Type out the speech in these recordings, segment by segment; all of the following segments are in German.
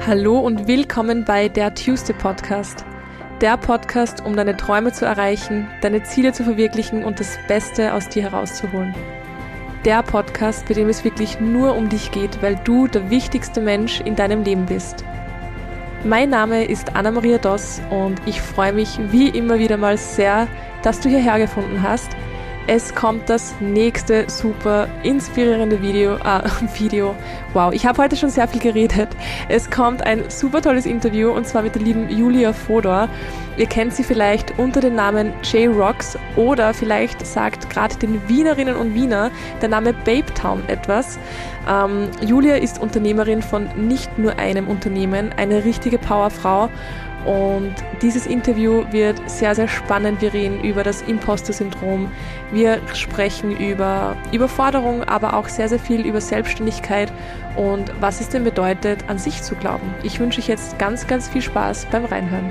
Hallo und willkommen bei der Tuesday Podcast. Der Podcast, um deine Träume zu erreichen, deine Ziele zu verwirklichen und das Beste aus dir herauszuholen. Der Podcast, bei dem es wirklich nur um dich geht, weil du der wichtigste Mensch in deinem Leben bist. Mein Name ist Anna-Maria Doss und ich freue mich wie immer wieder mal sehr, dass du hierher gefunden hast. Es kommt das nächste super inspirierende Video. Wow, ich habe heute schon sehr viel geredet. Es kommt ein super tolles Interview und zwar mit der lieben Julia Fodor. Ihr kennt sie vielleicht unter dem Namen J-Rocks oder vielleicht sagt gerade den Wienerinnen und Wiener der Name Babetown etwas. Julia ist Unternehmerin von nicht nur einem Unternehmen, eine richtige Powerfrau. Und dieses Interview wird sehr, sehr spannend. Wir reden über das Imposter-Syndrom. Wir sprechen über Überforderung, aber auch sehr, sehr viel über Selbstständigkeit und was es denn bedeutet, an sich zu glauben. Ich wünsche euch jetzt ganz, ganz viel Spaß beim Reinhören.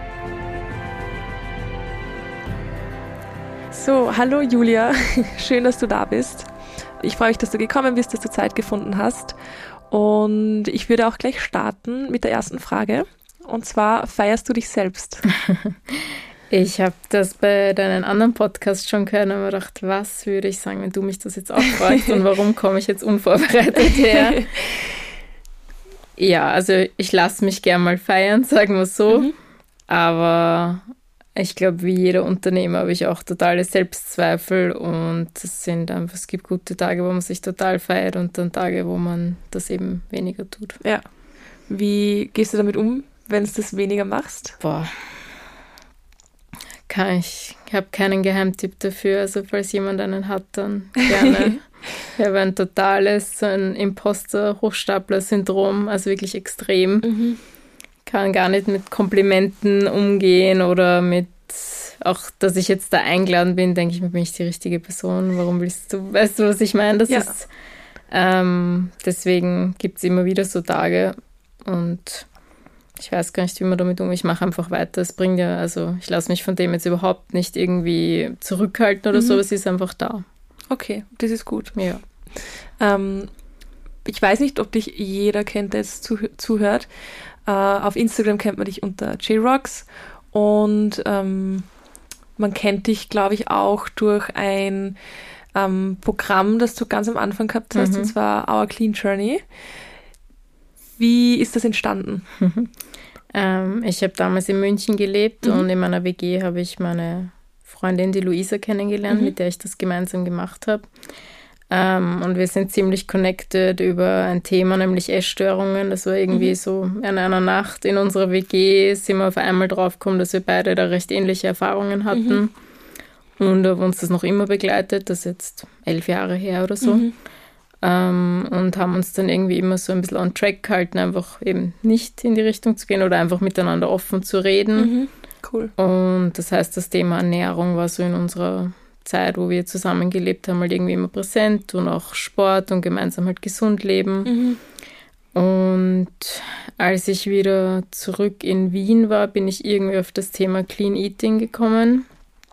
So, hallo Julia. Schön, dass du da bist. Ich freue mich, dass du gekommen bist, dass du Zeit gefunden hast. Und ich würde auch gleich starten mit der ersten Frage. Und zwar, feierst du dich selbst? Ich habe das bei deinen anderen Podcasts schon gehört und mir gedacht, was würde ich sagen, wenn du mich das jetzt auch fragst und warum komme ich jetzt unvorbereitet her? Ja, also ich lasse mich gern mal feiern, sagen wir so. Aber ich glaube, wie jeder Unternehmer habe ich auch totale Selbstzweifel und es gibt gute Tage, wo man sich total feiert und dann Tage, wo man das eben weniger tut. Ja. Wie gehst du damit um, wenn du das weniger machst? Ich habe keinen Geheimtipp dafür. Also falls jemand einen hat, dann gerne. Ich habe ein totales, so ein Imposter-Hochstapler-Syndrom, also wirklich extrem. Kann gar nicht mit Komplimenten umgehen oder mit, auch dass ich jetzt da eingeladen bin, denke ich mir, bin ich die richtige Person? Warum weißt du, was ich meine? Das ist, deswegen gibt es immer wieder so Tage und ich weiß gar nicht, wie man damit umgeht. Ich mache einfach weiter. Es bringt ja, also ich lasse mich von dem jetzt überhaupt nicht irgendwie zurückhalten oder so, aber es ist einfach da. Okay, das ist gut. Ja. Ich weiß nicht, ob dich jeder kennt, der jetzt zuhört. Auf Instagram kennt man dich unter J-Rocks und man kennt dich, glaube ich, auch durch ein Programm, das du ganz am Anfang gehabt hast, und zwar Our Clean Journey. Wie ist das entstanden? Ich habe damals in München gelebt und in meiner WG habe ich meine Freundin, die Luisa, kennengelernt, mit der ich das gemeinsam gemacht habe. Und wir sind ziemlich connected über ein Thema, nämlich Essstörungen. Das war irgendwie so in einer Nacht in unserer WG sind wir auf einmal draufgekommen, dass wir beide da recht ähnliche Erfahrungen hatten. Und haben uns das noch immer begleitet, das ist jetzt 11 Jahre her oder so. Und haben uns dann irgendwie immer so ein bisschen on track gehalten, einfach eben nicht in die Richtung zu gehen oder einfach miteinander offen zu reden. Cool. Und das heißt, das Thema Ernährung war so in unserer Zeit, wo wir zusammen gelebt haben, halt irgendwie immer präsent und auch Sport und gemeinsam halt gesund leben. Und als ich wieder zurück in Wien war, bin ich irgendwie auf das Thema Clean Eating gekommen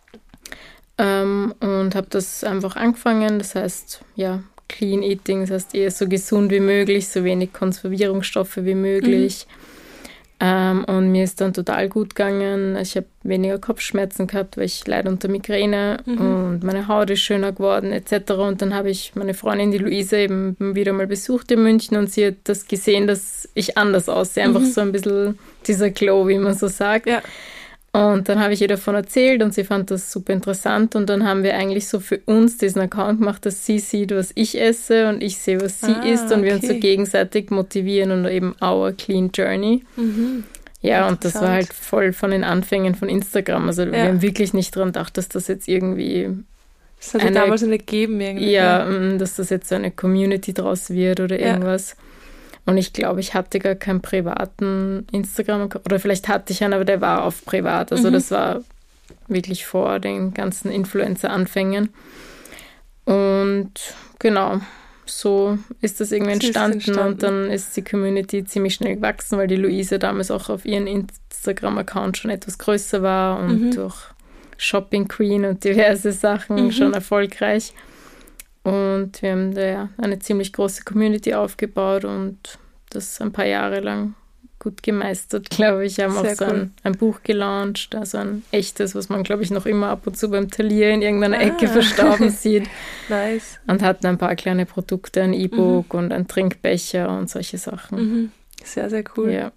und habe das einfach angefangen. Das heißt, ja, Clean Eating, das heißt eher so gesund wie möglich, so wenig Konservierungsstoffe wie möglich. Und mir ist dann total gut gegangen. Ich habe weniger Kopfschmerzen gehabt, weil ich leide unter Migräne und meine Haut ist schöner geworden etc. Und dann habe ich meine Freundin, die Luise, eben wieder mal besucht in München und sie hat das gesehen, dass ich anders aussehe. Einfach so ein bisschen dieser Glow, wie man so sagt. Ja. Und dann habe ich ihr davon erzählt und sie fand das super interessant und dann haben wir eigentlich so für uns diesen Account gemacht, dass sie sieht, was ich esse und ich sehe, was sie isst und wir uns so gegenseitig motivieren und eben Our Clean Journey. Ja, und das war halt voll von den Anfängen von Instagram. Also wir haben wirklich nicht dran gedacht, dass das jetzt irgendwie... Das hat ja damals nicht gegeben irgendwie. Ja, dass das jetzt so eine Community draus wird oder irgendwas. Und ich glaube, ich hatte gar keinen privaten Instagram, oder vielleicht hatte ich einen, aber der war auf privat. Also das war wirklich vor den ganzen Influencer-Anfängen. Und genau, so ist das irgendwie entstanden. Und dann ist die Community ziemlich schnell gewachsen, weil die Luise damals auch auf ihren Instagram-Account schon etwas größer war und durch Shopping Queen und diverse Sachen schon erfolgreich. Und wir haben da eine ziemlich große Community aufgebaut und das ein paar Jahre lang gut gemeistert, glaube ich. Wir haben auch so ein Buch gelauncht, also ein echtes, was man, glaube ich, noch immer ab und zu beim Talier in irgendeiner Ecke verstauben sieht. Nice. Und hatten ein paar kleine Produkte, ein E-Book und ein Trinkbecher und solche Sachen. Sehr, sehr cool. Ja.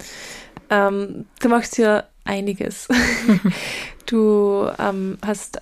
Du machst ja einiges. Du hast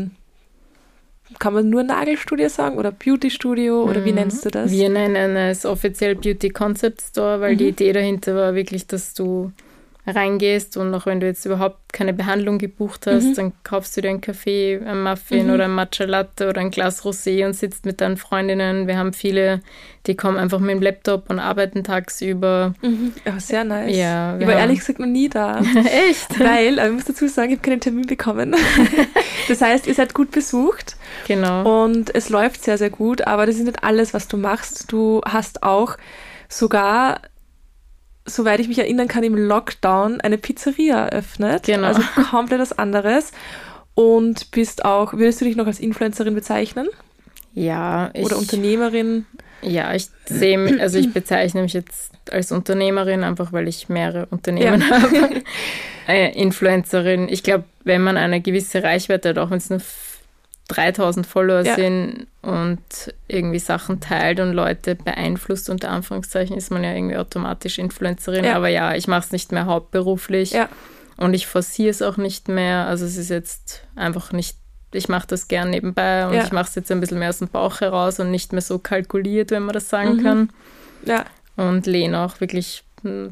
kann man nur Nagelstudio sagen oder Beauty-Studio oder wie nennst du das? Wir nennen es offiziell Beauty Concept Store, weil die Idee dahinter war wirklich, dass du reingehst und auch wenn du jetzt überhaupt keine Behandlung gebucht hast, dann kaufst du dir einen Kaffee, einen Muffin oder ein Matcha Latte oder ein Glas Rosé und sitzt mit deinen Freundinnen. Wir haben viele, die kommen einfach mit dem Laptop und arbeiten tagsüber. Ja, sehr nice. Ja, ich war ehrlich gesagt noch nie da. Echt? Weil, aber ich muss dazu sagen, ich habe keinen Termin bekommen. Das heißt, ihr seid gut besucht. Genau. Und es läuft sehr, sehr gut, aber das ist nicht alles, was du machst. Du hast auch sogar, soweit ich mich erinnern kann, im Lockdown eine Pizzeria eröffnet. Genau. Also komplett was anderes. Und bist auch, würdest du dich noch als Influencerin bezeichnen? Ja. Oder Unternehmerin? Ja, ich bezeichne mich jetzt als Unternehmerin, einfach weil ich mehrere Unternehmen habe. Influencerin. Ich glaube, wenn man eine gewisse Reichweite hat, auch wenn es nur 3000 Follower sind und irgendwie Sachen teilt und Leute beeinflusst, unter Anführungszeichen, ist man ja irgendwie automatisch Influencerin. Ja. Aber ja, ich mache es nicht mehr hauptberuflich und ich forciere es auch nicht mehr. Also es ist jetzt einfach nicht, ich mache das gern nebenbei und ich mache es jetzt ein bisschen mehr aus dem Bauch heraus und nicht mehr so kalkuliert, wenn man das sagen kann. Ja. Und lehne auch wirklich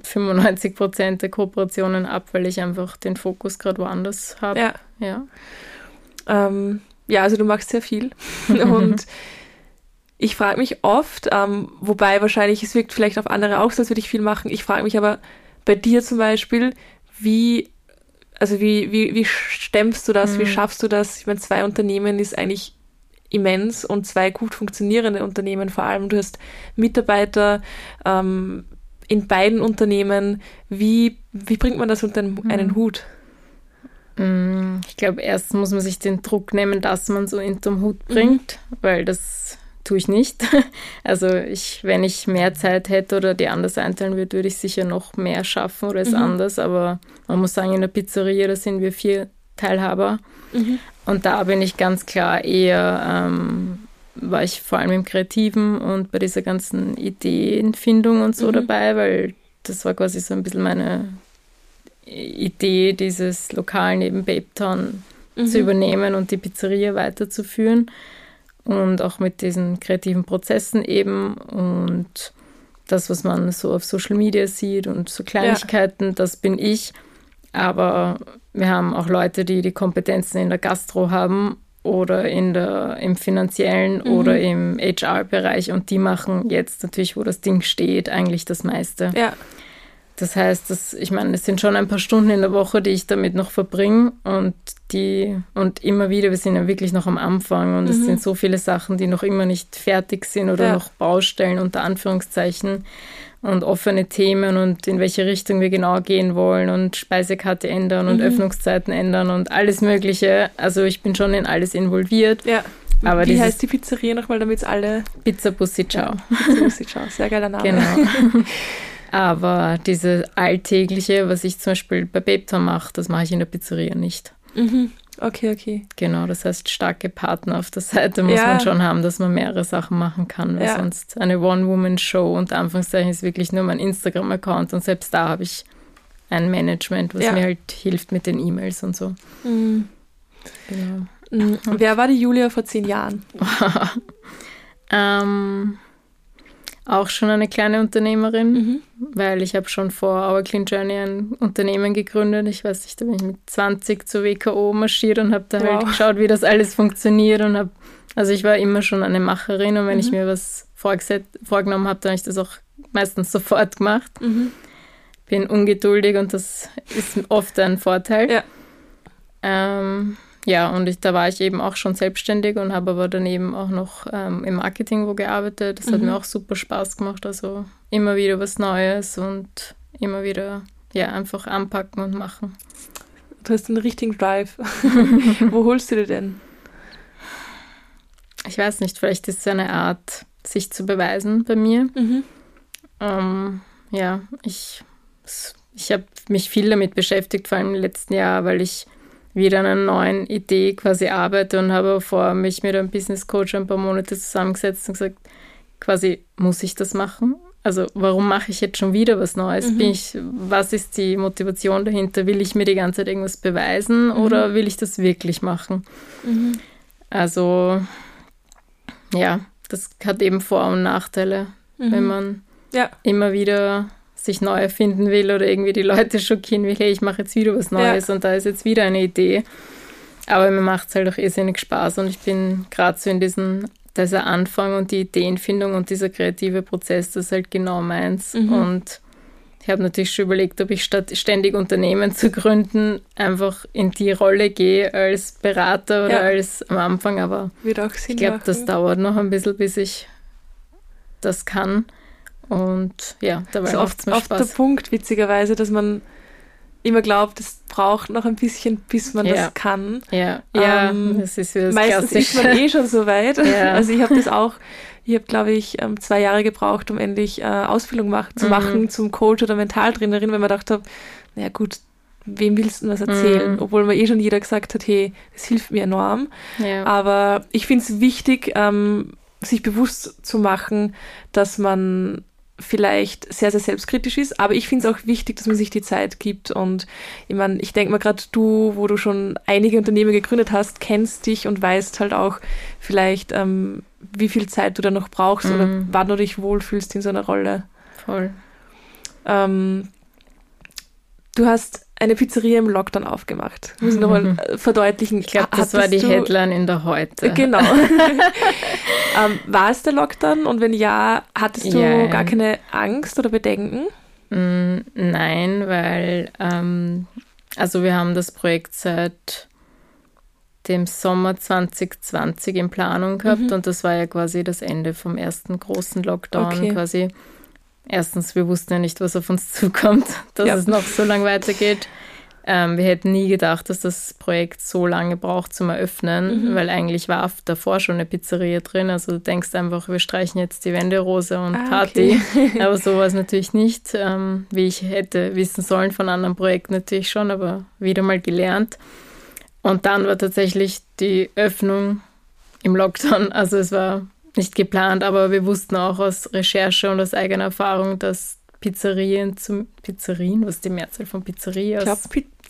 95% der Kooperationen ab, weil ich einfach den Fokus gerade woanders habe. Ja. Ja, also du machst sehr viel und ich frage mich oft, wobei wahrscheinlich, es wirkt vielleicht auf andere auch so, als würde ich viel machen, ich frage mich aber bei dir zum Beispiel, wie stemmst du das, wie schaffst du das? Ich meine, 2 Unternehmen ist eigentlich immens und 2 gut funktionierende Unternehmen vor allem. Du hast Mitarbeiter in beiden Unternehmen. Wie bringt man das unter einen Hut? Ich glaube, erst muss man sich den Druck nehmen, dass man so hinterm Hut bringt, weil das tue ich nicht. Also wenn ich mehr Zeit hätte oder die anders einteilen würde, würde ich sicher noch mehr schaffen oder es anders. Aber man muss sagen, in der Pizzeria, da sind wir 4 Teilhaber. Und da bin ich ganz klar eher, war ich vor allem im Kreativen und bei dieser ganzen Ideenfindung und so dabei, weil das war quasi so ein bisschen meine Idee, dieses Lokal neben Babetown zu übernehmen und die Pizzeria weiterzuführen und auch mit diesen kreativen Prozessen eben und das, was man so auf Social Media sieht und so Kleinigkeiten, das bin ich, aber wir haben auch Leute, die die Kompetenzen in der Gastro haben oder im finanziellen oder im HR-Bereich und die machen jetzt natürlich, wo das Ding steht, eigentlich das meiste. Ja. Das heißt, ich meine, es sind schon ein paar Stunden in der Woche, die ich damit noch verbringe und immer wieder, wir sind ja wirklich noch am Anfang und es sind so viele Sachen, die noch immer nicht fertig sind oder noch Baustellen unter Anführungszeichen und offene Themen und in welche Richtung wir genau gehen wollen und Speisekarte ändern und Öffnungszeiten ändern und alles Mögliche. Also ich bin schon in alles involviert. Ja. Aber wie heißt die Pizzeria nochmal, damit es alle... Pizza Bussi Ciao. Ja, Pizza Bussi Ciao, sehr geiler Name. Genau. Aber diese Alltägliche, was ich zum Beispiel bei Babetown mache, das mache ich in der Pizzeria nicht. Okay. Genau, das heißt, starke Partner auf der Seite muss man schon haben, dass man mehrere Sachen machen kann, weil sonst eine One-Woman-Show unter Anführungszeichen ist wirklich nur mein Instagram-Account und selbst da habe ich ein Management, was mir halt hilft mit den E-Mails und so. Genau. Wer war die Julia vor 10 Jahren? Auch schon eine kleine Unternehmerin, weil ich habe schon vor Our Clean Journey ein Unternehmen gegründet. Ich weiß nicht, da bin ich mit 20 zur WKO marschiert und habe da halt geschaut, wie das alles funktioniert und also ich war immer schon eine Macherin und wenn ich mir was vorgenommen habe, dann habe ich das auch meistens sofort gemacht. Bin ungeduldig und das ist oft ein Vorteil. Ja, und da war ich eben auch schon selbstständig und habe aber daneben auch noch im Marketing wo gearbeitet. Das hat mir auch super Spaß gemacht. Also immer wieder was Neues und immer wieder einfach anpacken und machen. Du hast einen richtigen Drive. Wo holst du dir denn? Ich weiß nicht, vielleicht ist es eine Art, sich zu beweisen bei mir. Ich ich habe mich viel damit beschäftigt, vor allem im letzten Jahr, weil ich wieder an einer neuen Idee quasi arbeite und habe vor, mich mit einem Business Coach ein paar Monate zusammengesetzt und gesagt, quasi, muss ich das machen? Also warum mache ich jetzt schon wieder was Neues? Was ist die Motivation dahinter? Will ich mir die ganze Zeit irgendwas beweisen oder will ich das wirklich machen? Also ja, das hat eben Vor- und Nachteile, wenn man immer wieder sich neu erfinden will oder irgendwie die Leute schockieren will, hey, ich mache jetzt wieder was Neues und da ist jetzt wieder eine Idee. Aber mir macht es halt auch irrsinnig Spaß und ich bin gerade so in dieser Anfang und die Ideenfindung und dieser kreative Prozess, das ist halt genau meins. Und ich habe natürlich schon überlegt, ob ich statt ständig Unternehmen zu gründen, einfach in die Rolle gehe als Berater oder als am Anfang, aber wird auch Sinn ich glaube, machen. das dauert noch ein bisschen, bis ich das kann. Und ja, dabei macht es mir Spaß. Oft der Punkt, witzigerweise, dass man immer glaubt, es braucht noch ein bisschen, bis man das kann. Ja, das ist wieder das meistens Klassische. ist man schon so weit. Ja. Also ich habe das auch, glaube ich, 2 Jahre gebraucht, um endlich Ausbildung zu machen zum Coach oder Mentaltrainerin, weil man gedacht habe, naja gut, wem willst du das erzählen? Obwohl mir schon jeder gesagt hat, hey, das hilft mir enorm. Ja. Aber ich finde es wichtig, sich bewusst zu machen, dass man vielleicht sehr, sehr selbstkritisch ist, aber ich finde es auch wichtig, dass man sich die Zeit gibt und ich meine, ich denke mal gerade du, wo du schon einige Unternehmen gegründet hast, kennst dich und weißt halt auch vielleicht, wie viel Zeit du da noch brauchst oder wann du dich wohlfühlst in so einer Rolle. Voll. Du hast eine Pizzeria im Lockdown aufgemacht. Muss ich nochmal verdeutlichen. Ich glaube, das war die Headline in der Heute. Genau. War es der Lockdown? Und wenn ja, hattest du gar keine Angst oder Bedenken? Nein, weil also wir haben das Projekt seit dem Sommer 2020 in Planung gehabt und das war ja quasi das Ende vom ersten großen Lockdown quasi. Erstens, wir wussten ja nicht, was auf uns zukommt, dass es noch so lange weitergeht. Wir hätten nie gedacht, dass das Projekt so lange braucht zum Eröffnen, weil eigentlich war davor schon eine Pizzeria drin. Also du denkst einfach, wir streichen jetzt die Wände rosa und Party. Okay. Aber so war es natürlich nicht, wie ich hätte wissen sollen von anderen Projekten natürlich schon, aber wieder mal gelernt. Und dann war tatsächlich die Öffnung im Lockdown. Also es war nicht geplant, aber wir wussten auch aus Recherche und aus eigener Erfahrung, dass Pizzerien, was ist die Mehrzahl von Pizzeria? Ich glaube,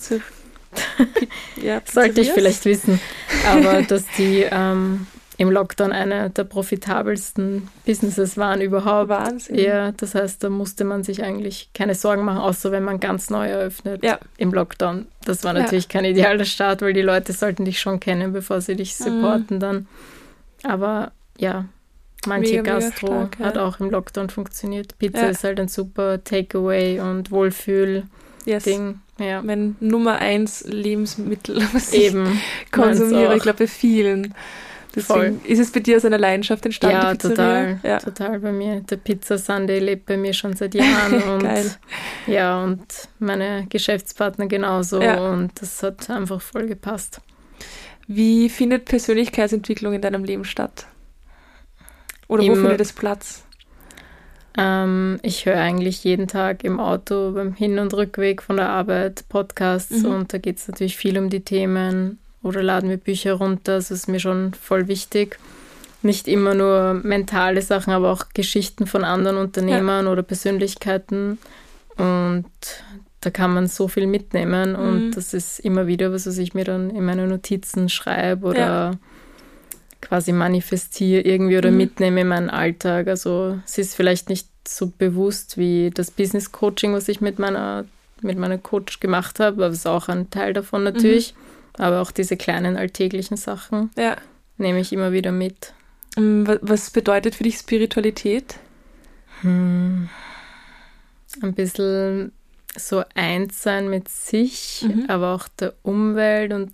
sollte ich vielleicht wissen, aber dass die im Lockdown eine der profitabelsten Businesses waren überhaupt. Wahnsinn. Ja, das heißt, da musste man sich eigentlich keine Sorgen machen, außer wenn man ganz neu eröffnet im Lockdown. Das war natürlich kein idealer Start, weil die Leute sollten dich schon kennen, bevor sie dich supporten dann. Aber ja, manche Gastro stark, hat auch im Lockdown funktioniert. Pizza ist halt ein super Takeaway und Wohlfühl-Ding. Ja. Mein Nummer 1 Lebensmittel, was ich konsumiere, ich glaube bei vielen. Deswegen ist es bei dir aus einer Leidenschaft entstanden, ja, die Pizzeria? Total bei mir. Der Pizza Sunday lebt bei mir schon seit Jahren und geil. Ja, und meine Geschäftspartner genauso und das hat einfach voll gepasst. Wie findet Persönlichkeitsentwicklung in deinem Leben statt? Oder wo findet es Platz? Ich höre eigentlich jeden Tag im Auto beim Hin- und Rückweg von der Arbeit Podcasts und da geht es natürlich viel um die Themen oder laden wir Bücher runter, das ist mir schon voll wichtig. Nicht immer nur mentale Sachen, aber auch Geschichten von anderen Unternehmern oder Persönlichkeiten und da kann man so viel mitnehmen und das ist immer wieder was ich mir dann in meine Notizen schreibe oder quasi manifestiere irgendwie oder mitnehme in meinen Alltag. Also es ist vielleicht nicht so bewusst wie das Business Coaching, was ich mit meiner Coach gemacht habe, aber es ist auch ein Teil davon natürlich. Aber auch diese kleinen alltäglichen Sachen nehme ich immer wieder mit. Was bedeutet für dich Spiritualität? Ein bisschen so eins sein mit sich, aber auch der Umwelt und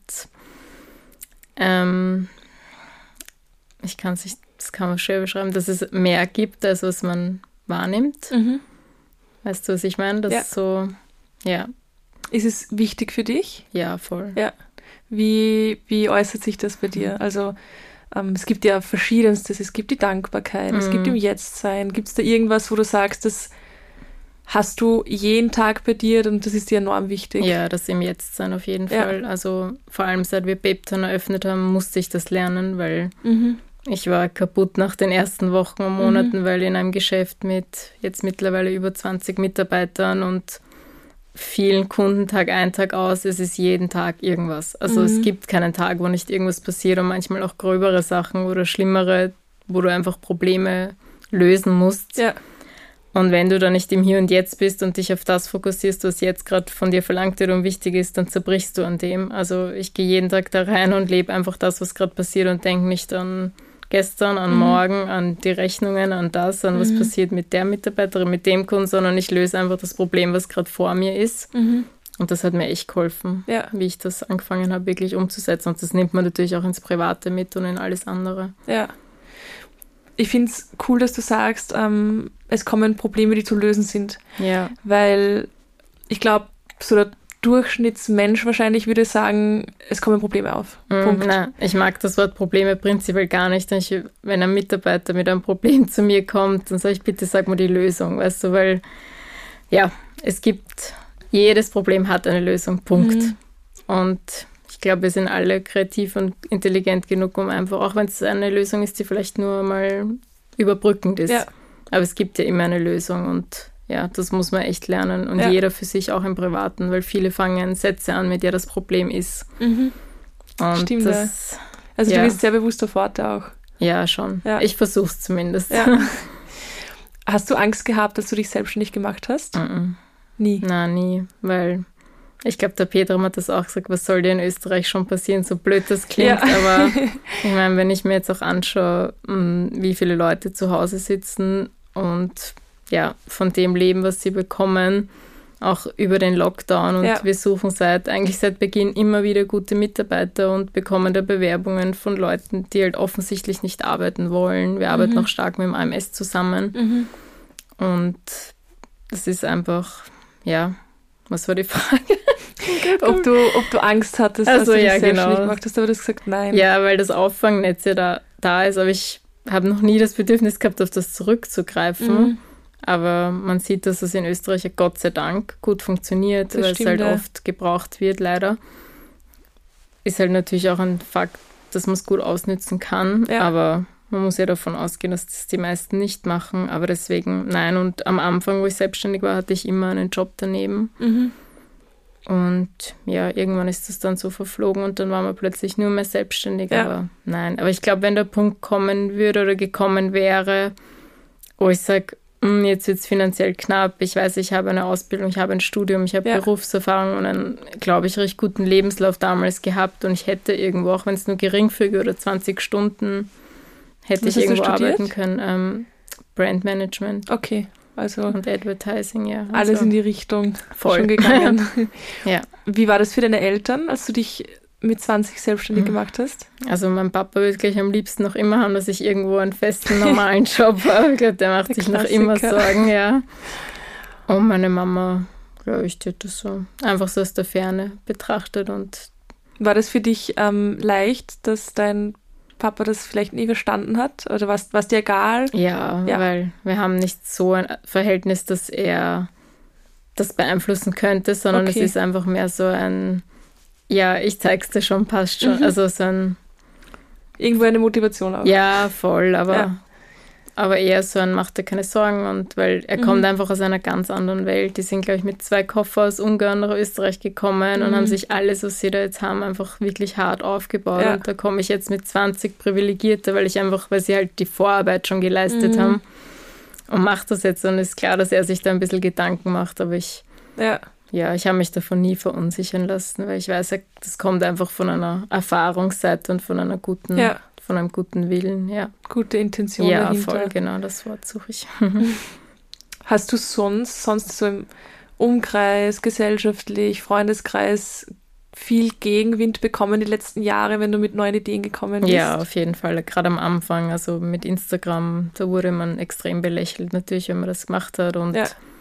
das kann man schön beschreiben, dass es mehr gibt, als was man wahrnimmt. Weißt du, was ich meine? Das ist so, Ist es wichtig für dich? Ja, voll. Ja. Wie äußert sich das bei dir? Also es gibt ja Verschiedenstes. Es gibt die Dankbarkeit, es gibt im Jetzt-Sein. Gibt es da irgendwas, wo du sagst, das hast du jeden Tag bei dir und das ist dir enorm wichtig. Ja, das im Jetzt-Sein auf jeden Fall. Also vor allem seit wir Bebton eröffnet haben, musste ich das lernen, weil ich war kaputt nach den ersten Wochen und Monaten, weil in einem Geschäft mit jetzt mittlerweile über 20 Mitarbeitern und vielen Kunden Tag ein, Tag aus, es ist jeden Tag irgendwas. Also es gibt keinen Tag, wo nicht irgendwas passiert und manchmal auch gröbere Sachen oder schlimmere, wo du einfach Probleme lösen musst. Ja. Und wenn du dann nicht im Hier und Jetzt bist und dich auf das fokussierst, was jetzt gerade von dir verlangt wird und wichtig ist, dann zerbrichst du an dem. Also ich gehe jeden Tag da rein und lebe einfach das, was gerade passiert und denke nicht an gestern, an morgen, an die Rechnungen, an das, an was passiert mit der Mitarbeiterin, mit dem Kunden, sondern ich löse einfach das Problem, was gerade vor mir ist. Und das hat mir echt geholfen, wie ich das angefangen habe, wirklich umzusetzen. Und das nimmt man natürlich auch ins Private mit und in alles andere. Ja. Ich finde es cool, dass du sagst, es kommen Probleme, die zu lösen sind. Ja. Weil ich glaube, so der Durchschnittsmensch wahrscheinlich würde sagen, es kommen Probleme auf. Punkt. Nein, ich mag das Wort Probleme prinzipiell gar nicht. Wenn ein Mitarbeiter mit einem Problem zu mir kommt, dann sage ich, bitte sag mir die Lösung, weißt du, weil jedes Problem hat eine Lösung, Punkt. Und ich glaube, wir sind alle kreativ und intelligent genug, um einfach, auch wenn es eine Lösung ist, die vielleicht nur mal überbrückend ist. Ja. Aber es gibt ja immer eine Lösung und ja, das muss man echt lernen. Und jeder für sich auch im Privaten, weil viele fangen Sätze an mit, ja, das Problem ist. Und stimmt, das, also du bist sehr bewusst auf Worte auch. Ja, schon. Ja. Ich versuche es zumindest. Ja. Hast du Angst gehabt, dass du dich selbstständig gemacht hast? Nie? Nein, nie, weil ich glaube, der Peter hat das auch gesagt, was soll dir in Österreich schon passieren, so blöd das klingt, aber ich meine, wenn ich mir jetzt auch anschaue, wie viele Leute zu Hause sitzen und ja, von dem leben, was sie bekommen, auch über den Lockdown und wir suchen seit Beginn immer wieder gute Mitarbeiter und bekommen da Bewerbungen von Leuten, die halt offensichtlich nicht arbeiten wollen. Wir arbeiten auch stark mit dem AMS zusammen und das ist einfach, was war die Frage? Ob du Angst hattest, dass du dich selbstständig gemacht hast, aber du hast gesagt, nein. Ja, weil das Auffangnetz ja da ist, aber ich habe noch nie das Bedürfnis gehabt, auf das zurückzugreifen. Aber man sieht, dass es in Österreich Gott sei Dank gut funktioniert, weil es halt oft gebraucht wird, leider. Ist halt natürlich auch ein Fakt, dass man es gut ausnützen kann, aber man muss ja davon ausgehen, dass das die meisten nicht machen. Aber deswegen, nein. Und am Anfang, wo ich selbstständig war, hatte ich immer einen Job daneben. Und ja, irgendwann ist das dann so verflogen und dann waren wir plötzlich nur mehr selbstständig. Aber nein, aber ich glaube, wenn der Punkt kommen würde oder gekommen wäre, wo ich sage, jetzt wird es finanziell knapp, ich weiß, ich habe eine Ausbildung, ich habe ein Studium, ich habe Berufserfahrung und einen, glaube ich, recht guten Lebenslauf damals gehabt und ich hätte irgendwo, auch wenn es nur geringfügig oder 20 Stunden, hätte ich irgendwo arbeiten können. Brandmanagement. Okay. Also und Advertising, ja. Also alles in die Richtung voll schon gegangen. Ja. Wie war das für deine Eltern, als du dich mit 20 selbstständig gemacht hast? Also mein Papa würde gleich am liebsten noch immer haben, dass ich irgendwo einen festen, normalen Job habe. Ich glaube, der macht sich noch immer Sorgen, ja. Und meine Mama, glaube ich, die hat das so einfach so aus der Ferne betrachtet. Und war das für dich leicht, dass dein Papa das vielleicht nie verstanden hat? Oder war es dir egal? Ja, weil wir haben nicht so ein Verhältnis, dass er das beeinflussen könnte, sondern es ist einfach mehr so ein, ja, ich zeig's dir schon, passt schon. Also so ein... Irgendwo eine Motivation auch. Ja, voll, aber eher so ein, macht dir keine Sorgen und weil er kommt einfach aus einer ganz anderen Welt. Die sind, glaube ich, mit 2 Koffer aus Ungarn nach Österreich gekommen und haben sich alles, was sie da jetzt haben, einfach wirklich hart aufgebaut. Ja. Und da komme ich jetzt mit 20 Privilegierte, weil sie halt die Vorarbeit schon geleistet haben und mache das jetzt. Und ist klar, dass er sich da ein bisschen Gedanken macht, aber ich habe mich davon nie verunsichern lassen, weil ich weiß, das kommt einfach von einer Erfahrungsseite und von einer guten... Von einem guten Willen, Gute Intention dahinter. Ja, voll, genau, das Wort suche ich. Hast du sonst so im Umkreis, gesellschaftlich, Freundeskreis viel Gegenwind bekommen die letzten Jahre, wenn du mit neuen Ideen gekommen bist? Ja, auf jeden Fall. Gerade am Anfang, also mit Instagram, da wurde man extrem belächelt natürlich, wenn man das gemacht hat. Und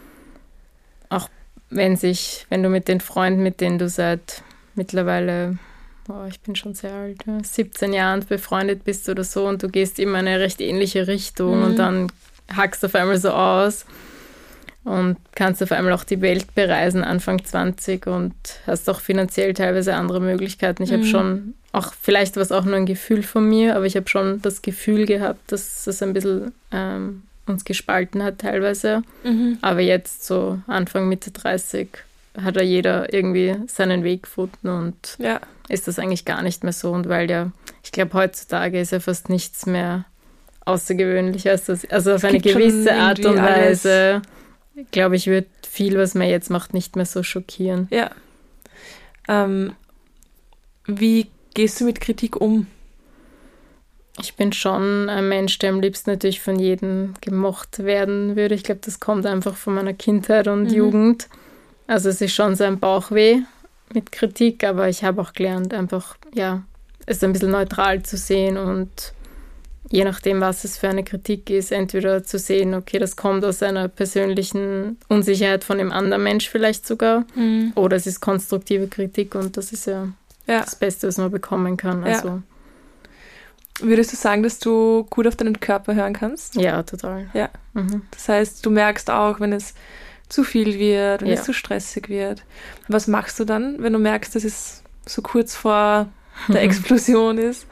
auch wenn du mit den Freunden, mit denen du seit mittlerweile... ich bin schon sehr alt, 17 Jahren befreundet bist oder so und du gehst immer in eine recht ähnliche Richtung und dann hackst du auf einmal so aus. und kannst auf einmal auch die Welt bereisen, Anfang 20 und hast auch finanziell teilweise andere Möglichkeiten. Ich habe schon, auch vielleicht war es auch nur ein Gefühl von mir, aber ich habe schon das Gefühl gehabt, dass es ein bisschen uns gespalten hat teilweise. Aber jetzt so Anfang, Mitte 30 hat jeder irgendwie seinen Weg gefunden und ist das eigentlich gar nicht mehr so. Und weil ich glaube, heutzutage ist ja fast nichts mehr außergewöhnlich als das. Also auf eine gewisse Art und Weise, glaube ich, wird viel, was man jetzt macht, nicht mehr so schockieren. Ja. Wie gehst du mit Kritik um? Ich bin schon ein Mensch, der am liebsten natürlich von jedem gemocht werden würde. Ich glaube, das kommt einfach von meiner Kindheit und Jugend. Also es ist schon so ein Bauchweh mit Kritik, aber ich habe auch gelernt, einfach, es ein bisschen neutral zu sehen und je nachdem, was es für eine Kritik ist, entweder zu sehen, okay, das kommt aus einer persönlichen Unsicherheit von dem anderen Mensch vielleicht sogar, oder es ist konstruktive Kritik und das ist ja das Beste, was man bekommen kann. Also. Würdest du sagen, dass du gut auf deinen Körper hören kannst? Ja, total. Ja. Das heißt, du merkst auch, wenn es zu viel wird, wenn es zu stressig wird. Was machst du dann, wenn du merkst, dass es so kurz vor der Explosion ist?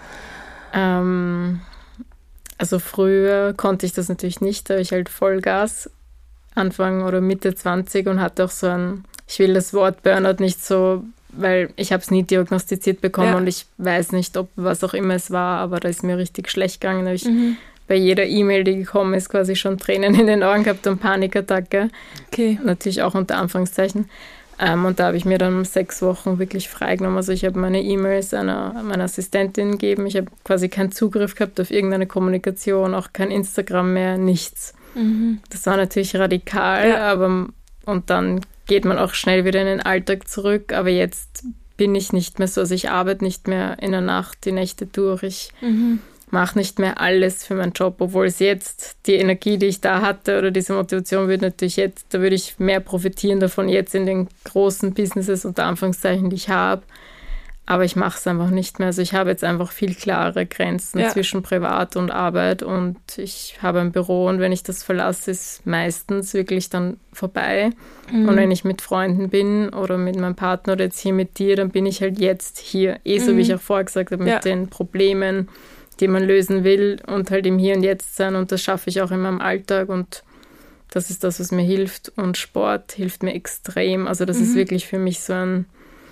Also früher konnte ich das natürlich nicht, da habe ich halt Vollgas Anfang oder Mitte 20 und hatte auch so ich will das Wort Burnout nicht so, weil ich habe es nie diagnostiziert bekommen und ich weiß nicht, ob was auch immer es war, aber da ist mir richtig schlecht gegangen. Da habe ich bei jeder E-Mail, die gekommen ist, quasi schon Tränen in den Augen gehabt und Panikattacke. Okay. Natürlich auch unter Anführungszeichen. Und da habe ich mir dann 6 Wochen wirklich freigenommen. Also ich habe meine E-Mails meiner Assistentin gegeben. Ich habe quasi keinen Zugriff gehabt auf irgendeine Kommunikation, auch kein Instagram mehr, nichts. Das war natürlich radikal, aber und dann geht man auch schnell wieder in den Alltag zurück. Aber jetzt bin ich nicht mehr so. Also ich arbeite nicht mehr in der Nacht die Nächte durch. Ich mache nicht mehr alles für meinen Job, obwohl es jetzt die Energie, die ich da hatte oder diese Motivation würde natürlich jetzt, da würde ich mehr profitieren davon jetzt in den großen Businesses unter Anführungszeichen, die ich habe. Aber ich mache es einfach nicht mehr. Also ich habe jetzt einfach viel klare Grenzen zwischen Privat und Arbeit und ich habe ein Büro und wenn ich das verlasse, ist meistens wirklich dann vorbei. Und wenn ich mit Freunden bin oder mit meinem Partner oder jetzt hier mit dir, dann bin ich halt jetzt hier. So wie ich auch vorher gesagt habe, mit den Problemen, die man lösen will und halt im Hier und Jetzt sein und das schaffe ich auch in meinem Alltag und das ist das, was mir hilft und Sport hilft mir extrem. Also das ist wirklich für mich so ein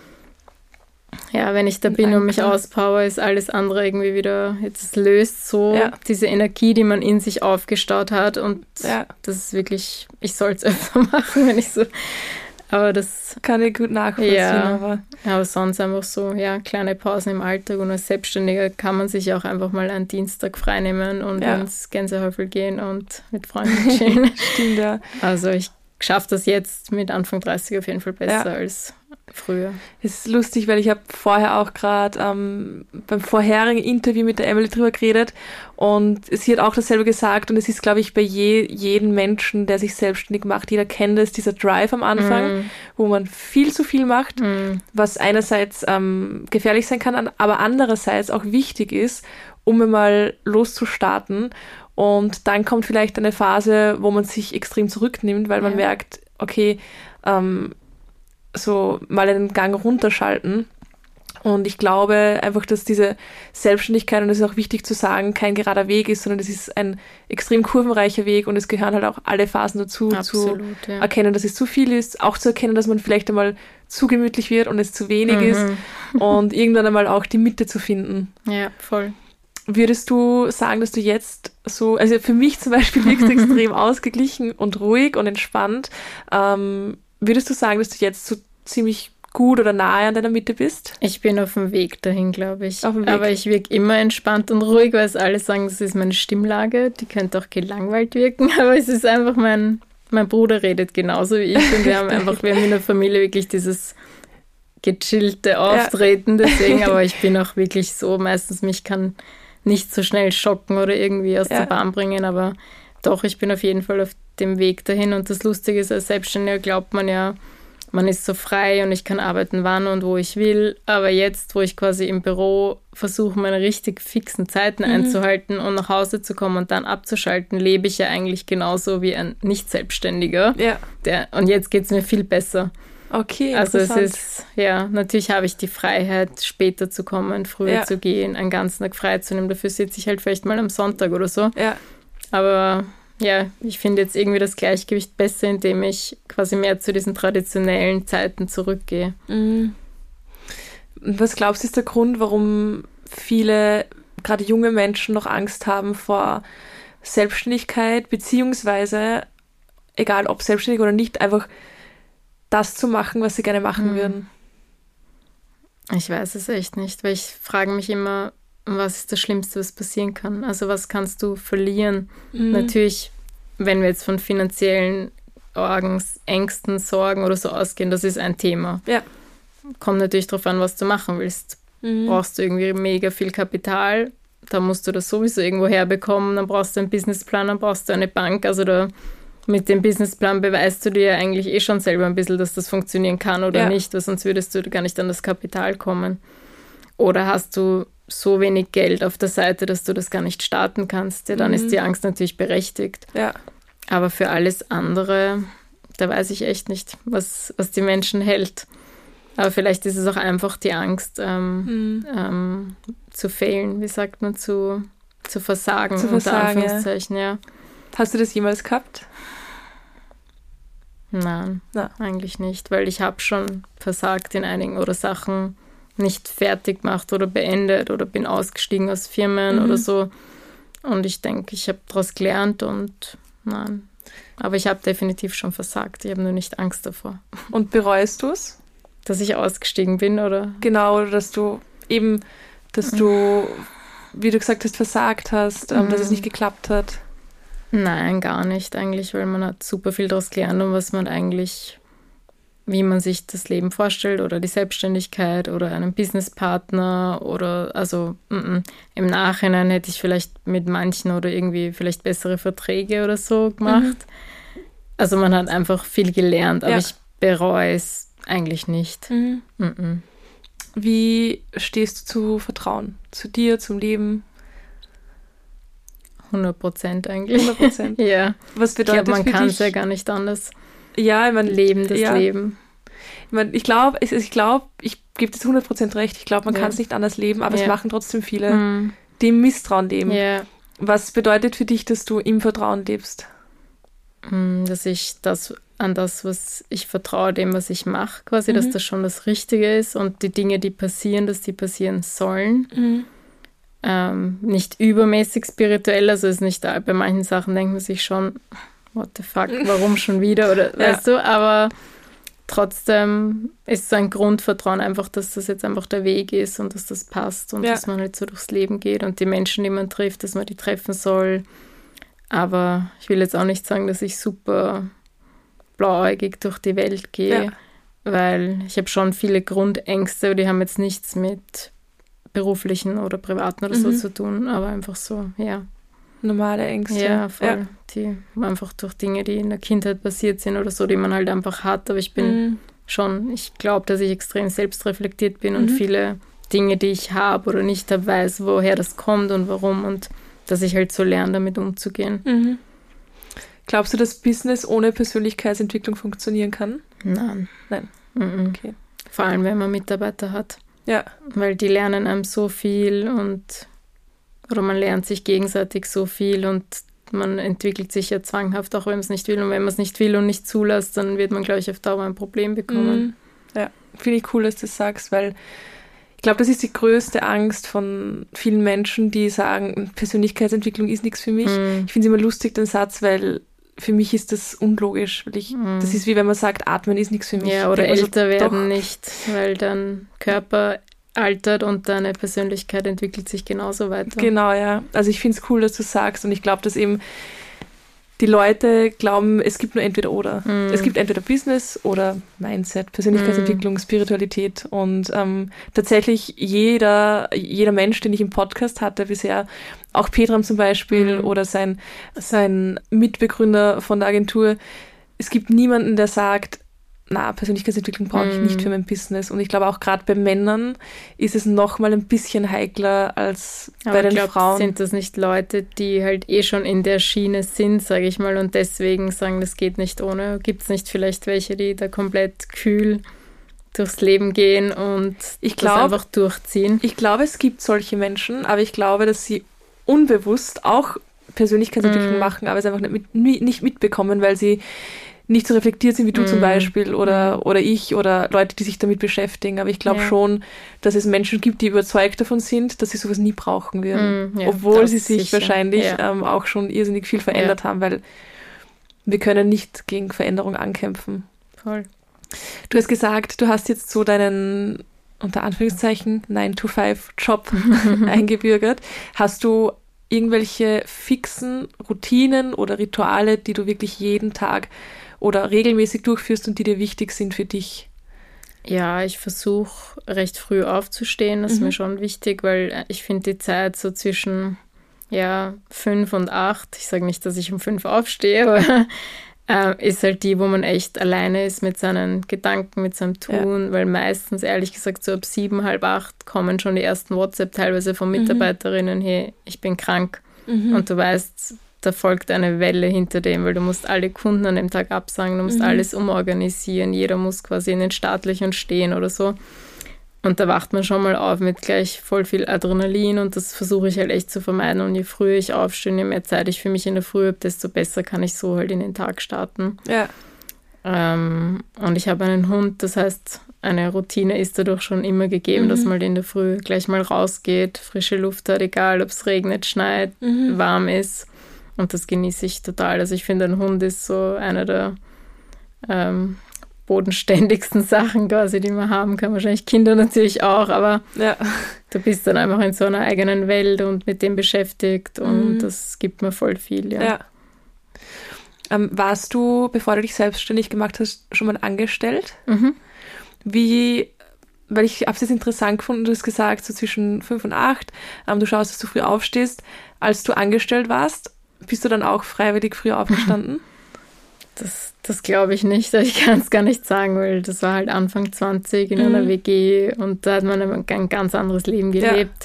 wenn ich da bin und mich auspower, ist alles andere irgendwie wieder, jetzt löst so diese Energie, die man in sich aufgestaut hat und das ist wirklich, ich soll es öfter machen, wenn ich so, aber das kann ich gut nachvollziehen. Aber sonst einfach so, kleine Pausen im Alltag und als Selbstständiger kann man sich auch einfach mal einen Dienstag freinehmen und ins Gänsehäufel gehen und mit Freunden chillen. Stimmt, ja. Also ich schaffe das jetzt mit Anfang 30 auf jeden Fall besser als früher. Es ist lustig, weil ich habe vorher auch gerade beim vorherigen Interview mit der Emily drüber geredet und sie hat auch dasselbe gesagt und es ist, glaube ich, bei jedem Menschen, der sich selbstständig macht, jeder kennt es, dieser Drive am Anfang, wo man viel zu viel macht, was einerseits gefährlich sein kann, aber andererseits auch wichtig ist, um mal loszustarten. Und dann kommt vielleicht eine Phase, wo man sich extrem zurücknimmt, weil man merkt, okay, so mal einen Gang runterschalten. Und ich glaube einfach, dass diese Selbstständigkeit, und das ist auch wichtig zu sagen, kein gerader Weg ist, sondern es ist ein extrem kurvenreicher Weg und es gehören halt auch alle Phasen dazu, Absolut, zu erkennen, dass es zu viel ist, auch zu erkennen, dass man vielleicht einmal zu gemütlich wird und es zu wenig ist und irgendwann einmal auch die Mitte zu finden. Ja, voll. Würdest du sagen, dass du jetzt so, also für mich zum Beispiel wirkst du extrem ausgeglichen und ruhig und entspannt. Würdest du sagen, dass du jetzt so ziemlich gut oder nahe an deiner Mitte bist? Ich bin auf dem Weg dahin, glaube ich. Aber ich wirke immer entspannt und ruhig, weil es alle sagen, das ist meine Stimmlage. Die könnte auch gelangweilt wirken, aber es ist einfach mein Bruder redet genauso wie ich und wir haben in der Familie wirklich dieses gechillte Auftreten, deswegen, aber ich bin auch wirklich so, meistens mich kann nicht so schnell schocken oder irgendwie aus der Bahn bringen, aber doch, ich bin auf jeden Fall auf dem Weg dahin und das Lustige ist, als Selbstständiger glaubt man ja, man ist so frei und ich kann arbeiten, wann und wo ich will. Aber jetzt, wo ich quasi im Büro versuche, meine richtig fixen Zeiten einzuhalten und nach Hause zu kommen und dann abzuschalten, lebe ich ja eigentlich genauso wie ein Nicht-Selbstständiger. Ja. Und jetzt geht es mir viel besser. Okay, also interessant. es ist, ja, natürlich habe ich die Freiheit, später zu kommen, früher zu gehen, einen ganzen Tag frei zu nehmen. Dafür sitze ich halt vielleicht mal am Sonntag oder so. Ja. Aber ja, ich finde jetzt irgendwie das Gleichgewicht besser, indem ich quasi mehr zu diesen traditionellen Zeiten zurückgehe. Mhm. Was glaubst du, ist der Grund, warum viele, gerade junge Menschen, noch Angst haben vor Selbstständigkeit, beziehungsweise, egal ob selbstständig oder nicht, einfach das zu machen, was sie gerne machen würden? Ich weiß es echt nicht, weil ich frage mich immer, was ist das Schlimmste, was passieren kann? Also was kannst du verlieren? Natürlich, wenn wir jetzt von finanziellen Ängsten, Sorgen oder so ausgehen, das ist ein Thema. Ja. Kommt natürlich darauf an, was du machen willst. Brauchst du irgendwie mega viel Kapital, da musst du das sowieso irgendwo herbekommen, dann brauchst du einen Businessplan, dann brauchst du eine Bank. Also mit dem Businessplan beweist du dir ja eigentlich eh schon selber ein bisschen, dass das funktionieren kann oder nicht, weil sonst würdest du gar nicht an das Kapital kommen. Oder hast du so wenig Geld auf der Seite, dass du das gar nicht starten kannst, ja, dann ist die Angst natürlich berechtigt. Ja. Aber für alles andere, da weiß ich echt nicht, was die Menschen hält. Aber vielleicht ist es auch einfach die Angst, zu failen, wie sagt man, zu versagen, unter Anführungszeichen, ja. Hast du das jemals gehabt? Nein, eigentlich nicht, weil ich habe schon versagt in einigen oder Sachen nicht fertig gemacht oder beendet oder bin ausgestiegen aus Firmen oder so. Und ich denke, ich habe daraus gelernt und nein. Aber ich habe definitiv schon versagt. Ich habe nur nicht Angst davor. Und bereust du es? Dass ich ausgestiegen bin, oder? Genau, dass du, wie du gesagt hast, versagt hast, dass es nicht geklappt hat. Nein, gar nicht eigentlich, weil man hat super viel daraus gelernt und was man eigentlich, wie man sich das Leben vorstellt oder die Selbstständigkeit oder einen Businesspartner oder, also im Nachhinein hätte ich vielleicht mit manchen oder irgendwie vielleicht bessere Verträge oder so gemacht. Also man hat einfach viel gelernt, aber ich bereue es eigentlich nicht. Wie stehst du zu Vertrauen? Zu dir, zum Leben? 100% eigentlich. 100%? Ja. Was bedeutet man für kann dich? es ja gar nicht anders. Ja, ich meine, Leben, das Leben. Ich glaube, ich gebe dir 100% recht. Ich glaube, man kann es nicht anders leben, aber es machen trotzdem viele, die im Misstrauen leben. Ja. Was bedeutet für dich, dass du im Vertrauen lebst? Dass ich an das, was ich vertraue, dem, was ich mache, quasi, dass das schon das Richtige ist und die Dinge, die passieren, dass die passieren sollen. Nicht übermäßig spirituell, also ist nicht bei manchen Sachen denkt man sich schon, what the fuck, warum schon wieder, oder weißt du, aber trotzdem ist so ein Grundvertrauen einfach, dass das jetzt einfach der Weg ist und dass das passt und dass man halt so durchs Leben geht und die Menschen, die man trifft, dass man die treffen soll. Aber ich will jetzt auch nicht sagen, dass ich super blauäugig durch die Welt gehe, weil ich habe schon viele Grundängste, die haben jetzt nichts mit beruflichen oder privaten oder so zu tun, aber einfach so, Normale Ängste. Ja, voll. Die einfach durch Dinge, die in der Kindheit passiert sind oder so, die man halt einfach hat. Aber ich bin ich glaube, dass ich extrem selbstreflektiert bin und viele Dinge, die ich habe oder nicht habe, weiß, woher das kommt und warum und dass ich halt so lerne, damit umzugehen. Glaubst du, dass Business ohne Persönlichkeitsentwicklung funktionieren kann? Nein. Okay. Vor allem, wenn man Mitarbeiter hat. Ja. Weil die lernen einem so viel oder man lernt sich gegenseitig so viel und man entwickelt sich ja zwanghaft, auch wenn man es nicht will. Und wenn man es nicht will und nicht zulässt, dann wird man, glaube ich, auf Dauer ein Problem bekommen. Ja, finde ich cool, dass du das sagst, weil ich glaube, das ist die größte Angst von vielen Menschen, die sagen, Persönlichkeitsentwicklung ist nichts für mich. Ich finde es immer lustig, den Satz, weil für mich ist das unlogisch. Weil das ist wie wenn man sagt, Atmen ist nichts für mich. Ja, oder älter werden nicht, weil dein Körper altert und deine Persönlichkeit entwickelt sich genauso weiter. Genau, ja. Also ich finde es cool, dass du sagst und ich glaube, dass eben die Leute glauben, es gibt nur entweder oder. Es gibt entweder Business oder Mindset, Persönlichkeitsentwicklung, Spiritualität und tatsächlich jeder Mensch, den ich im Podcast hatte bisher, auch Petram zum Beispiel oder sein Mitbegründer von der Agentur, es gibt niemanden, der sagt, Persönlichkeitsentwicklung brauche ich nicht für mein Business. Und ich glaube auch gerade bei Männern ist es nochmal ein bisschen heikler als bei den Frauen. Sind das nicht Leute, die halt schon in der Schiene sind, sage ich mal, und deswegen sagen, das geht nicht ohne? Gibt es nicht vielleicht welche, die da komplett kühl durchs Leben gehen und das einfach durchziehen? Ich glaube, es gibt solche Menschen, aber ich glaube, dass sie unbewusst auch Persönlichkeitsentwicklung machen, aber es einfach nicht mitbekommen, weil sie nicht so reflektiert sind wie du zum Beispiel oder ich oder Leute, die sich damit beschäftigen. Aber ich glaube schon, dass es Menschen gibt, die überzeugt davon sind, dass sie sowas nie brauchen werden. Obwohl sie sich wahrscheinlich auch schon irrsinnig viel verändert haben, weil wir können nicht gegen Veränderung ankämpfen. Voll. Du hast gesagt, du hast jetzt so deinen, unter Anführungszeichen, 9-to-5-Job eingebürgert. Hast du irgendwelche fixen Routinen oder Rituale, die du wirklich jeden Tag oder regelmäßig durchführst und die dir wichtig sind für dich? Ja, ich versuche recht früh aufzustehen. Das ist mir schon wichtig, weil ich finde die Zeit so zwischen 5 und 8, ich sage nicht, dass ich um 5 aufstehe, aber ist halt die, wo man echt alleine ist mit seinen Gedanken, mit seinem Tun, weil meistens, ehrlich gesagt, so ab 7, halb 8 kommen schon die ersten WhatsApp teilweise von Mitarbeiterinnen, hey, ich bin krank. Und du weißt, da folgt eine Welle hinter dem, weil du musst alle Kunden an dem Tag absagen, du musst alles umorganisieren, jeder muss quasi in den Startlöchern stehen oder so. Und da wacht man schon mal auf mit gleich voll viel Adrenalin und das versuche ich halt echt zu vermeiden. Und je früher ich aufstehe, je mehr Zeit ich für mich in der Früh habe, desto besser kann ich so halt in den Tag starten. Ja. Und ich habe einen Hund, das heißt, eine Routine ist dadurch schon immer gegeben, dass man in der Früh gleich mal rausgeht, frische Luft hat, egal ob es regnet, schneit, warm ist. Und das genieße ich total. Also ich finde, ein Hund ist so einer der bodenständigsten Sachen quasi, die man haben kann. Wahrscheinlich Kinder natürlich auch, aber du bist dann einfach in so einer eigenen Welt und mit dem beschäftigt und das gibt mir voll viel, ja. Warst du, bevor du dich selbstständig gemacht hast, schon mal angestellt? Weil ich habe es jetzt interessant gefunden, du hast gesagt, so zwischen 5 und 8, du schaust, dass du früh aufstehst. Als du angestellt warst, bist du dann auch freiwillig früh aufgestanden? Das glaube ich nicht, ich kann es gar nicht sagen, weil das war halt Anfang 20 in einer WG und da hat man ein ganz anderes Leben gelebt.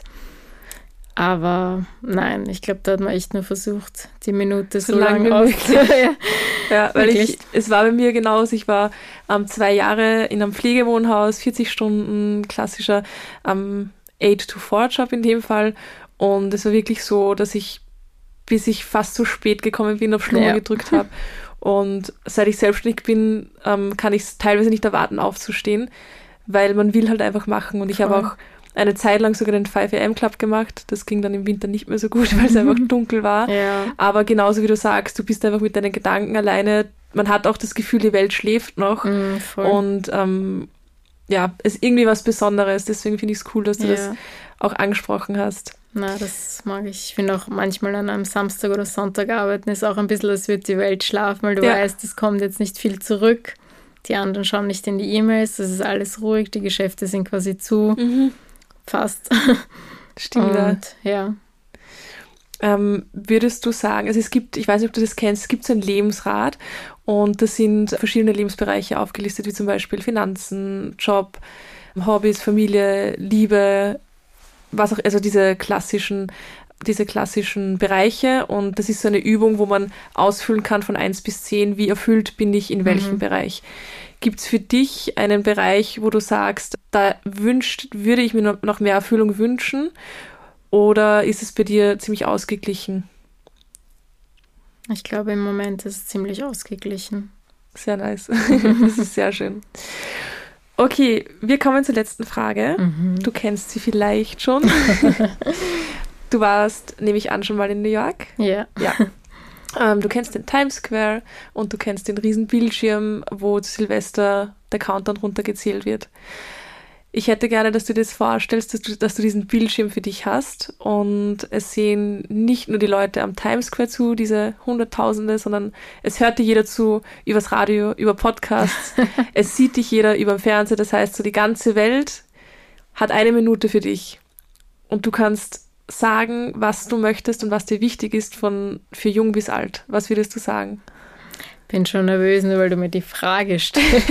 Aber nein, ich glaube, da hat man echt nur versucht, die Minute so lange aufzuhören. Ja, weil es war bei mir genauso, ich war 2 Jahre in einem Pflegewohnhaus, 40 Stunden, klassischer 8-to-4-Job in dem Fall und es war wirklich so, dass ich, bis ich fast so spät gekommen bin, auf Schlummer gedrückt habe. Und seit ich selbstständig bin, kann ich es teilweise nicht erwarten, aufzustehen, weil man will halt einfach machen. Und ich habe auch eine Zeit lang sogar den 5 AM Club gemacht. Das ging dann im Winter nicht mehr so gut, weil es einfach dunkel war. Ja. Aber genauso wie du sagst, du bist einfach mit deinen Gedanken alleine. Man hat auch das Gefühl, die Welt schläft noch. Und es ist irgendwie was Besonderes. Deswegen finde ich es cool, dass du das auch angesprochen hast. Na, das mag ich. Ich finde auch manchmal an einem Samstag oder Sonntag arbeiten ist auch ein bisschen, als würde die Welt schlafen, weil du weißt, es kommt jetzt nicht viel zurück. Die anderen schauen nicht in die E-Mails, das ist alles ruhig, die Geschäfte sind quasi zu. Fast. Stimmt. Und, würdest du sagen, also es gibt, ich weiß nicht, ob du das kennst, es gibt so ein Lebensrad und da sind verschiedene Lebensbereiche aufgelistet, wie zum Beispiel Finanzen, Job, Hobbys, Familie, Liebe, was auch, also diese klassischen Bereiche und das ist so eine Übung, wo man ausfüllen kann von 1 bis 10, wie erfüllt bin ich in welchem Bereich. Gibt es für dich einen Bereich, wo du sagst, da würde ich mir noch mehr Erfüllung wünschen oder ist es bei dir ziemlich ausgeglichen? Ich glaube, im Moment ist es ziemlich ausgeglichen. Sehr nice. Das ist sehr schön. Okay, wir kommen zur letzten Frage. Du kennst sie vielleicht schon. Du warst, nehme ich an, schon mal in New York. Ja. Du kennst den Times Square und du kennst den riesen Bildschirm, wo zu Silvester der Countdown runtergezählt wird. Ich hätte gerne, dass du dir das vorstellst, dass du diesen Bildschirm für dich hast und es sehen nicht nur die Leute am Times Square zu, diese Hunderttausende, sondern es hört dir jeder zu übers Radio, über Podcasts, es sieht dich jeder über den Fernseher, das heißt so die ganze Welt hat 1 Minute für dich und du kannst sagen, was du möchtest und was dir wichtig ist für jung bis alt. Was würdest du sagen? Bin schon nervös, nur weil du mir die Frage stellst.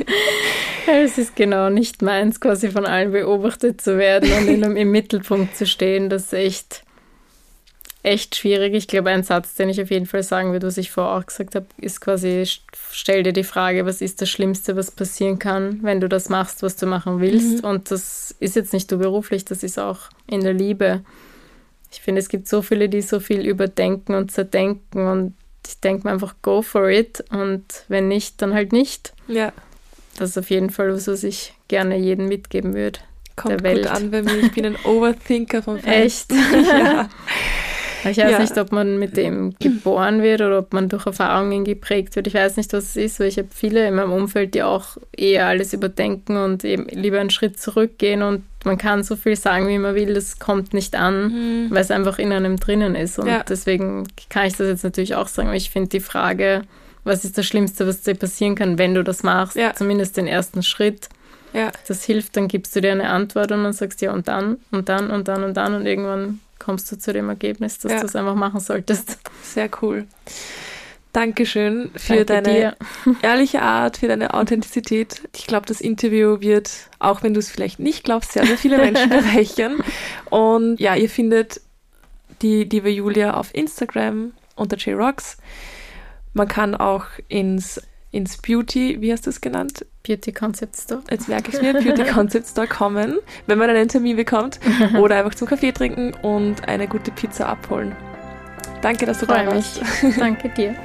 Es ist genau nicht meins, quasi von allen beobachtet zu werden und im Mittelpunkt zu stehen. Das ist echt schwierig. Ich glaube, ein Satz, den ich auf jeden Fall sagen würde, was ich vorher auch gesagt habe, ist quasi, stell dir die Frage, was ist das Schlimmste, was passieren kann, wenn du das machst, was du machen willst. Und das ist jetzt nicht nur beruflich, das ist auch in der Liebe. Ich finde, es gibt so viele, die so viel überdenken und zerdenken und ich denke mir einfach, go for it und wenn nicht, dann halt nicht. Ja. Das ist auf jeden Fall was ich gerne jedem mitgeben würde. Kommt gut an bei mir. Ich bin ein Overthinker von Echt? Ja. Ich weiß nicht, ob man mit dem geboren wird oder ob man durch Erfahrungen geprägt wird. Ich weiß nicht, was es ist, weil ich habe viele in meinem Umfeld, die auch eher alles überdenken und eben lieber einen Schritt zurückgehen und man kann so viel sagen, wie man will, das kommt nicht an, weil es einfach in einem drinnen ist. Und deswegen kann ich das jetzt natürlich auch sagen, weil ich finde die Frage, was ist das Schlimmste, was dir passieren kann, wenn du das machst, zumindest den ersten Schritt, das hilft, dann gibst du dir eine Antwort und dann sagst du ja und dann und dann und dann und dann und irgendwann kommst du zu dem Ergebnis, dass du es einfach machen solltest. Sehr cool. Dankeschön für deine ehrliche Art, für deine Authentizität. Ich glaube, das Interview wird, auch wenn du es vielleicht nicht glaubst, sehr, sehr viele Menschen erreichen. Und ja, ihr findet die liebe Julia auf Instagram unter JRocks. Man kann auch ins Beauty, wie hast du es genannt? Beauty Concept Store. Jetzt merke ich es mir, Beauty Concept Store kommen, wenn man einen Termin bekommt oder einfach zum Kaffee trinken und eine gute Pizza abholen. Danke, dass du da warst. Danke dir.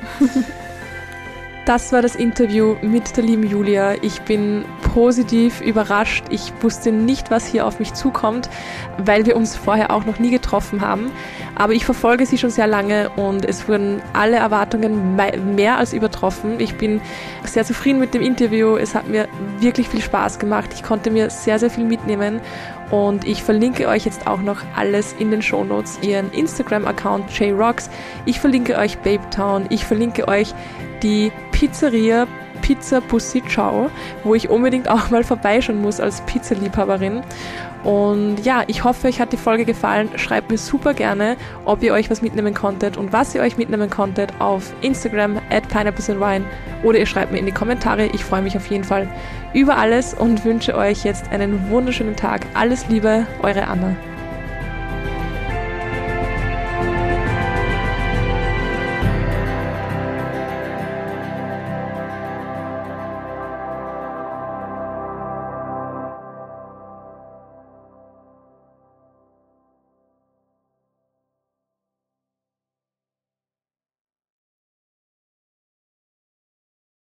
Das war das Interview mit der lieben Julia. Ich bin positiv überrascht. Ich wusste nicht, was hier auf mich zukommt, weil wir uns vorher auch noch nie getroffen haben. Aber ich verfolge sie schon sehr lange und es wurden alle Erwartungen mehr als übertroffen. Ich bin sehr zufrieden mit dem Interview. Es hat mir wirklich viel Spaß gemacht. Ich konnte mir sehr, sehr viel mitnehmen. Und ich verlinke euch jetzt auch noch alles in den Shownotes, ihren Instagram-Account JRocks. Ich verlinke euch Babetown. Ich verlinke euch die Pizzeria Pizza Pussy Ciao, wo ich unbedingt auch mal vorbeischauen muss als Pizzaliebhaberin. Und ja, ich hoffe, euch hat die Folge gefallen. Schreibt mir super gerne, ob ihr euch was mitnehmen konntet und was ihr euch mitnehmen konntet auf Instagram @pineapplesandwine oder ihr schreibt mir in die Kommentare. Ich freue mich auf jeden Fall über alles und wünsche euch jetzt einen wunderschönen Tag. Alles Liebe, eure Anna.